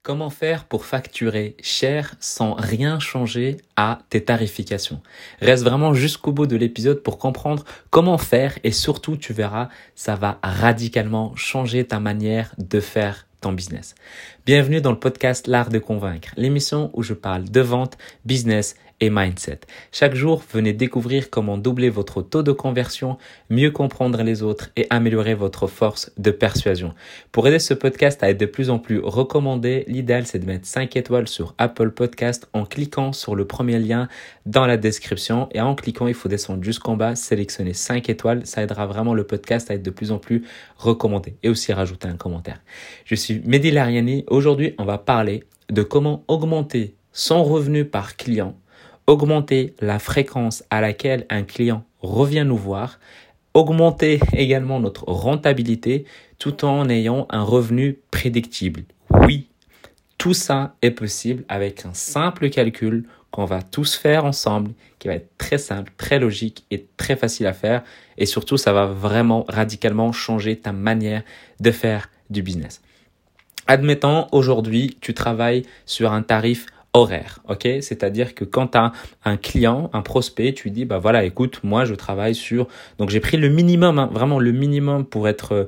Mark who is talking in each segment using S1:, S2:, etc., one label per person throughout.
S1: Comment faire pour facturer cher sans rien changer à tes tarifications? Reste vraiment jusqu'au bout de l'épisode pour comprendre comment faire et surtout tu verras, ça va radicalement changer ta manière de faire ton business. Bienvenue dans le podcast L'Art de Convaincre, l'émission où je parle de vente, business et mindset. Chaque jour, venez découvrir comment doubler votre taux de conversion, mieux comprendre les autres et améliorer votre force de persuasion. Pour aider ce podcast à être de plus en plus recommandé, l'idéal c'est de mettre 5 étoiles sur Apple Podcast en cliquant sur le premier lien dans la description et en cliquant, il faut descendre jusqu'en bas, sélectionner 5 étoiles, ça aidera vraiment le podcast à être de plus en plus recommandé et aussi rajouter un commentaire. Je suis Mehdi Lariani. Aujourd'hui, on va parler de comment augmenter son revenu par client, augmenter la fréquence à laquelle un client revient nous voir, augmenter également notre rentabilité tout en ayant un revenu prédictible. Oui, tout ça est possible avec un simple calcul qu'on va tous faire ensemble, qui va être très simple, très logique et très facile à faire. Et surtout, ça va vraiment radicalement changer ta manière de faire du business. Admettons, aujourd'hui, tu travailles sur un tarif horaire, ok? C'est-à-dire que quand tu as un client, un prospect, tu lui dis, bah voilà, écoute, moi, je travaille sur... Donc, j'ai pris le minimum, hein, vraiment le minimum pour être,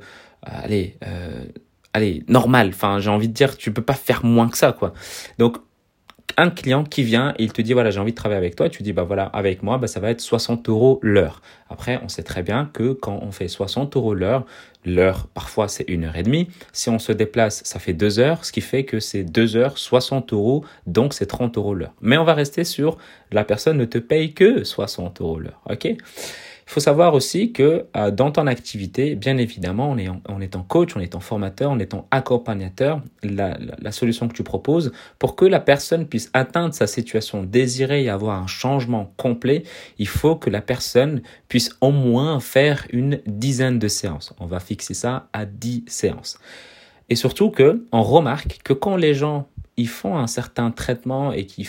S1: normal. Enfin, j'ai envie de dire, tu peux pas faire moins que ça, quoi. Donc, un client qui vient et il te dit, voilà, j'ai envie de travailler avec toi. Tu dis, bah voilà, avec moi, bah, ça va être 60 € l'heure. Après, on sait très bien que quand on fait 60 € l'heure, parfois, c'est 1h30. Si on se déplace, ça fait 2 heures, ce qui fait que c'est 2 heures, 60 €, donc c'est 30 € l'heure. Mais on va rester sur, la personne ne te paye que 60 € l'heure, ok? Il faut savoir aussi que dans ton activité, bien évidemment, en étant coach, en étant formateur, en étant accompagnateur, la solution que tu proposes pour que la personne puisse atteindre sa situation désirée et avoir un changement complet, il faut que la personne puisse au moins faire une dizaine de séances. On va fixer ça à 10 séances. Et surtout on remarque que quand les gens ils font un certain traitement et qui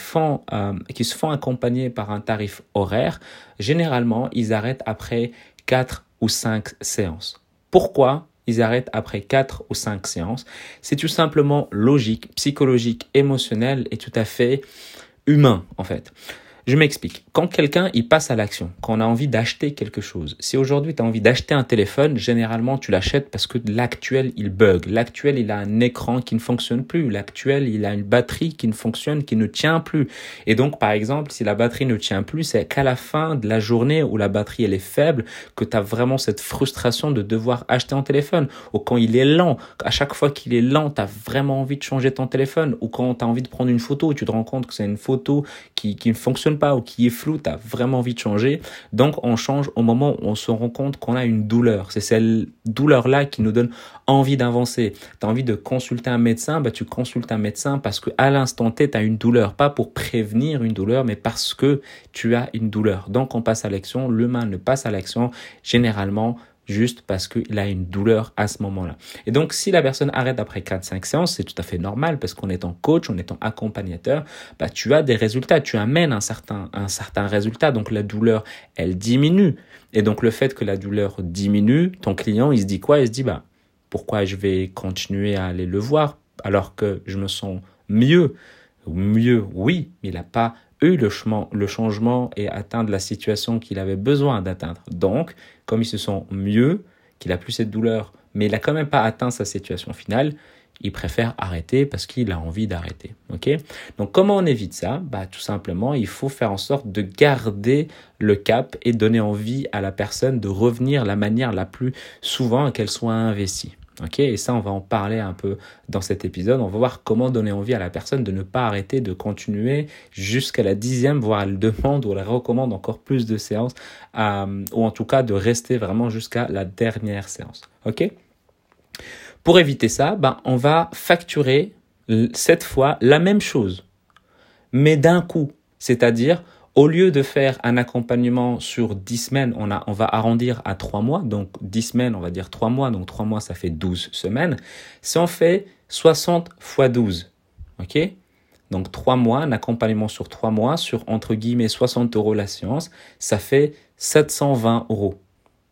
S1: se font accompagner par un tarif horaire, généralement, ils arrêtent après 4 ou 5 séances. Pourquoi ils arrêtent après 4 ou 5 séances? C'est tout simplement logique, psychologique, émotionnel et tout à fait humain, en fait. Je m'explique. Quand quelqu'un il passe à l'action, quand on a envie d'acheter quelque chose, si aujourd'hui tu as envie d'acheter un téléphone, généralement tu l'achètes parce que l'actuel il bug, l'actuel il a un écran qui ne fonctionne plus, l'actuel il a une batterie qui ne fonctionne, qui ne tient plus. Et donc par exemple, si la batterie ne tient plus, c'est qu'à la fin de la journée où la batterie elle est faible que tu as vraiment cette frustration de devoir acheter un téléphone. Ou quand il est lent, à chaque fois qu'il est lent, tu as vraiment envie de changer ton téléphone. Ou quand tu as envie de prendre une photo et tu te rends compte que c'est une photo qui ne fonctionne pas ou qui est flou, tu as vraiment envie de changer. Donc, on change au moment où on se rend compte qu'on a une douleur. C'est cette douleur-là qui nous donne envie d'avancer. Tu as envie de consulter un médecin, bah, tu consultes un médecin parce qu'à l'instant T, tu as une douleur. Pas pour prévenir une douleur, mais parce que tu as une douleur. Donc, on passe à l'action. L'humain ne passe à l'action généralement juste parce qu'il a une douleur à ce moment-là. Et donc, si la personne arrête après 4-5 séances, c'est tout à fait normal parce qu'en étant coach, en étant accompagnateur, bah, tu as des résultats, tu amènes un certain résultat. Donc, la douleur, elle diminue. Et donc, le fait que la douleur diminue, ton client, il se dit quoi? Il se dit, bah, pourquoi je vais continuer à aller le voir alors que je me sens mieux? Mieux, oui, mais il n'a pas eu le changement et atteindre la situation qu'il avait besoin d'atteindre. Donc, comme il se sent mieux, qu'il a plus cette douleur, mais il n'a quand même pas atteint sa situation finale, il préfère arrêter parce qu'il a envie d'arrêter. Okay? Donc, comment on évite ça? Bah, tout simplement, il faut faire en sorte de garder le cap et donner envie à la personne de revenir la manière la plus souvent qu'elle soit investie. Ok, et ça, on va en parler un peu dans cet épisode. On va voir comment donner envie à la personne de ne pas arrêter, de continuer jusqu'à la 10e, voire elle demande ou elle recommande encore plus de séances, ou en tout cas de rester vraiment jusqu'à la dernière séance. Ok. Pour éviter ça, on va facturer cette fois la même chose, mais d'un coup. C'est-à-dire, au lieu de faire un accompagnement sur 10 semaines, on va arrondir à 3 mois. Donc, 10 semaines, on va dire 3 mois. Donc, 3 mois, ça fait 12 semaines. Si on fait 60 x 12, ok? Donc, 3 mois, un accompagnement sur 3 mois, sur entre guillemets 60 € la séance, ça fait 720 €.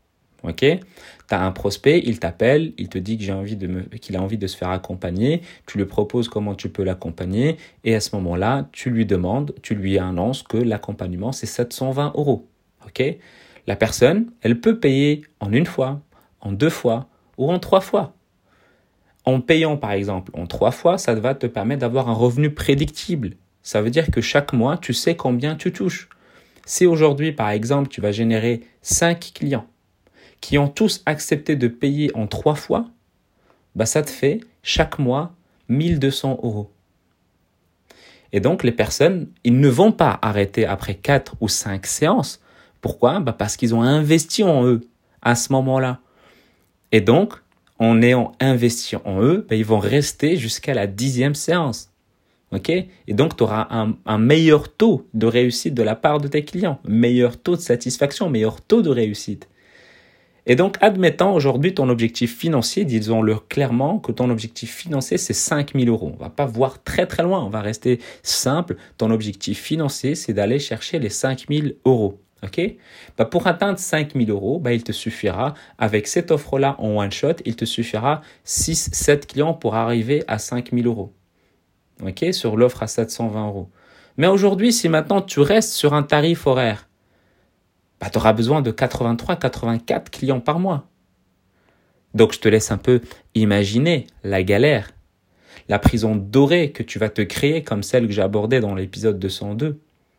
S1: Ok, tu as un prospect, il t'appelle, il te dit que qu'il a envie de se faire accompagner, tu lui proposes comment tu peux l'accompagner et à ce moment-là, tu lui annonces que l'accompagnement c'est 720 euros. Ok, la personne, elle peut payer en une fois, en deux fois ou en trois fois. En payant par exemple en trois fois, ça va te permettre d'avoir un revenu prédictible. Ça veut dire que chaque mois, tu sais combien tu touches. Si aujourd'hui par exemple, tu vas générer 5 clients, qui ont tous accepté de payer en trois fois, bah ça te fait chaque mois 1200 euros. Et donc les personnes, ils ne vont pas arrêter après 4 ou 5 séances. Pourquoi? Bah parce qu'ils ont investi en eux à ce moment-là. Et donc, en ayant investi en eux, bah ils vont rester jusqu'à la 10e séance. Ok? Et donc, tu auras un meilleur taux de réussite de la part de tes clients, meilleur taux de satisfaction, meilleur taux de réussite. Et donc, admettons aujourd'hui ton objectif financier, disons-le clairement que ton objectif financier, c'est 5 000 euros. On va pas voir très très loin, on va rester simple. Ton objectif financier, c'est d'aller chercher les 5 000 euros. Ok? Bah pour atteindre 5 000 euros, bah il te suffira, avec cette offre-là en one shot, il te suffira 6-7 clients pour arriver à 5 000 euros. Ok? Sur l'offre à 720 euros. Mais aujourd'hui, si maintenant tu restes sur un tarif horaire, bah, tu auras besoin de 83-84 clients par mois. Donc, je te laisse un peu imaginer la galère, la prison dorée que tu vas te créer comme celle que j'ai abordée dans l'épisode 202.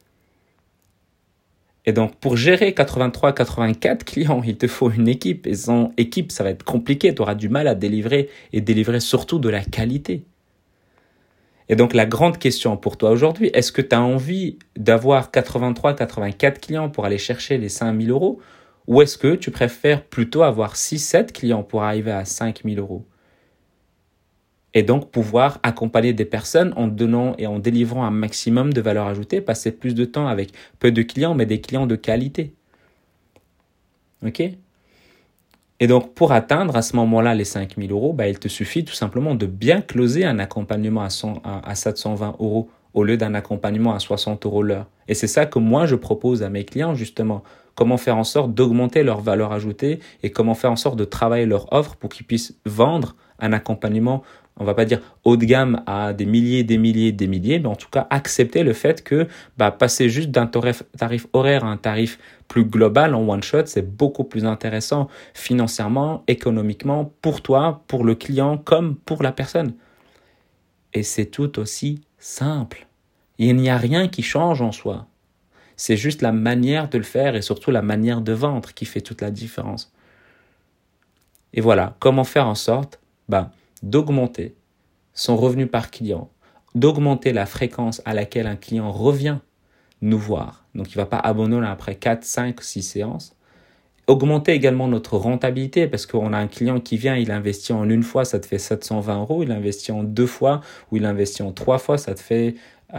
S1: Et donc, pour gérer 83-84 clients, il te faut une équipe. Et sans équipe, ça va être compliqué. Tu auras du mal à délivrer et délivrer surtout de la qualité. Et donc, la grande question pour toi aujourd'hui, est-ce que tu as envie d'avoir 83-84 clients pour aller chercher les 5 000 euros ou est-ce que tu préfères plutôt avoir 6-7 clients pour arriver à 5 000 euros et donc pouvoir accompagner des personnes en donnant et en délivrant un maximum de valeur ajoutée, passer plus de temps avec peu de clients, mais des clients de qualité. Ok ? Et donc, pour atteindre à ce moment-là les 5 000 euros, bah, il te suffit tout simplement de bien closer un accompagnement à 720 euros au lieu d'un accompagnement à 60 euros l'heure. Et c'est ça que moi, je propose à mes clients, justement. Comment faire en sorte d'augmenter leur valeur ajoutée et comment faire en sorte de travailler leur offre pour qu'ils puissent vendre un accompagnement, on va pas dire haut de gamme à des milliers, mais en tout cas accepter le fait que passer juste d'un tarif horaire à un tarif plus global en one shot, c'est beaucoup plus intéressant financièrement, économiquement, pour toi, pour le client, comme pour la personne. Et c'est tout aussi simple. Il n'y a rien qui change en soi. C'est juste la manière de le faire et surtout la manière de vendre qui fait toute la différence. Et voilà, comment faire en sorte d'augmenter son revenu par client, d'augmenter la fréquence à laquelle un client revient nous voir. Donc, il ne va pas abandonner après 4, 5, 6 séances. Augmenter également notre rentabilité parce qu'on a un client qui vient, il investit en une fois, ça te fait 720 euros. Il investit en deux fois ou il investit en trois fois, ça te fait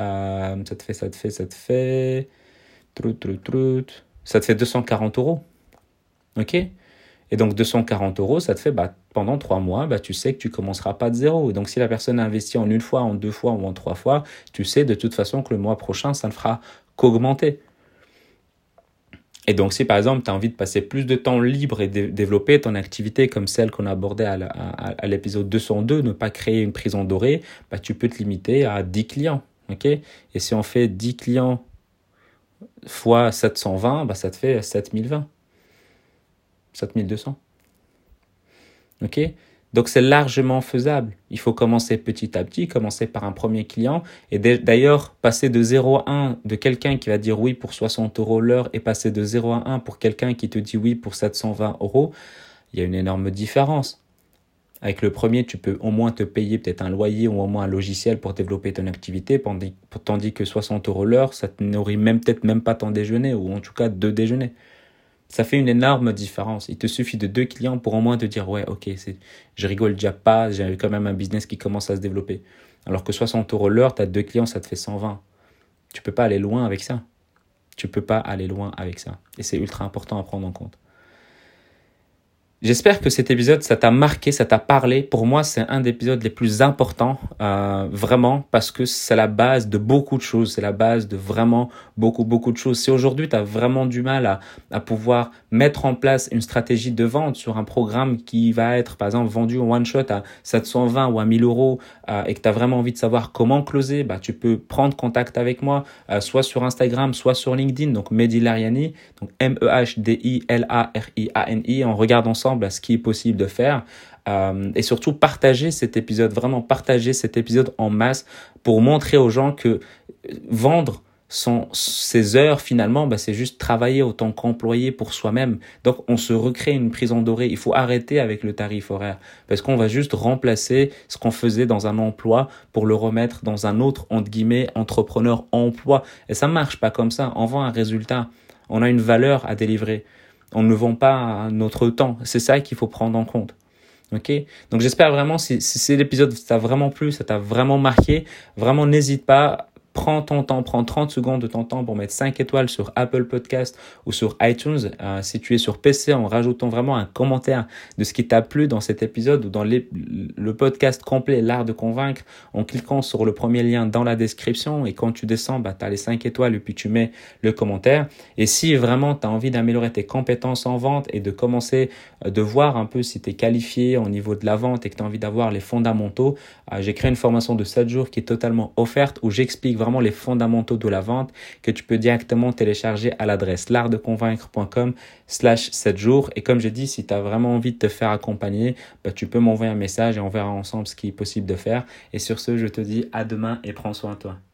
S1: 240 euros. Ok? Et donc 240 euros, ça te fait pendant 3 mois, tu sais que tu commenceras pas de zéro. Et donc si la personne a investi en une fois, en deux fois ou en trois fois, tu sais de toute façon que le mois prochain, ça ne fera qu'augmenter. Et donc si par exemple tu as envie de passer plus de temps libre et développer ton activité comme celle qu'on a abordée à l'épisode 202, ne pas créer une prison dorée, tu peux te limiter à 10 clients. Okay? Et si on fait 10 clients fois 720, ça te fait 7020. 7200. Ok? Donc, c'est largement faisable. Il faut commencer petit à petit, commencer par un premier client. Et d'ailleurs, passer de 0 à 1 de quelqu'un qui va dire oui pour 60 euros l'heure et passer de 0 à 1 pour quelqu'un qui te dit oui pour 720 euros, il y a une énorme différence. Avec le premier, tu peux au moins te payer peut-être un loyer ou au moins un logiciel pour développer ton activité, tandis que 60 euros l'heure, ça te nourrit peut-être même pas ton déjeuner ou en tout cas 2 déjeuners. Ça fait une énorme différence. Il te suffit de 2 clients pour au moins te dire ouais, ok, je rigole déjà pas, j'ai quand même un business qui commence à se développer. Alors que 60 euros l'heure, tu as 2 clients, ça te fait 120. Tu peux pas aller loin avec ça. Tu peux pas aller loin avec ça. Et c'est ultra important à prendre en compte. J'espère que cet épisode, ça t'a marqué, ça t'a parlé. Pour moi, c'est un des épisodes les plus importants, vraiment, parce que c'est la base de beaucoup de choses. C'est la base de vraiment beaucoup de choses. Si aujourd'hui, tu as vraiment du mal à pouvoir mettre en place une stratégie de vente sur un programme qui va être, par exemple, vendu en one shot à 720 ou à 1000 euros et que tu as vraiment envie de savoir comment closer, tu peux prendre contact avec moi, soit sur Instagram, soit sur LinkedIn. Donc, Mehdi Lariani, donc Mehdilariani. On regarde ensemble à ce qui est possible de faire et surtout partager cet épisode, vraiment partager cet épisode en masse pour montrer aux gens que vendre ces heures finalement, c'est juste travailler autant qu'employé pour soi-même. Donc on se recrée une prison dorée. Il faut arrêter avec le tarif horaire parce qu'on va juste remplacer ce qu'on faisait dans un emploi pour le remettre dans un autre, entre guillemets, entrepreneur emploi. Et ça marche pas comme ça. On vend un résultat. On a une valeur à délivrer. On ne vend pas notre temps. C'est ça qu'il faut prendre en compte. Ok? Donc j'espère vraiment, si l'épisode t'a vraiment plu, ça t'a vraiment marqué, vraiment n'hésite pas. Prends ton temps, prends 30 secondes de ton temps pour mettre 5 étoiles sur Apple Podcast ou sur iTunes. Si tu es sur PC, en rajoutant vraiment un commentaire de ce qui t'a plu dans cet épisode ou dans le podcast complet, l'art de convaincre, en cliquant sur le premier lien dans la description. Et quand tu descends, tu as les 5 étoiles et puis tu mets le commentaire. Et si vraiment tu as envie d'améliorer tes compétences en vente et de commencer de voir un peu si tu es qualifié au niveau de la vente et que tu as envie d'avoir les fondamentaux, j'ai créé une formation de 7 jours qui est totalement offerte où j'explique vraiment les fondamentaux de la vente que tu peux directement télécharger à l'adresse l'artdeconvaincre.com/7 jours. Et comme je dis, si tu as vraiment envie de te faire accompagner, tu peux m'envoyer un message et on verra ensemble ce qui est possible de faire. Et sur ce, je te dis à demain et prends soin de toi.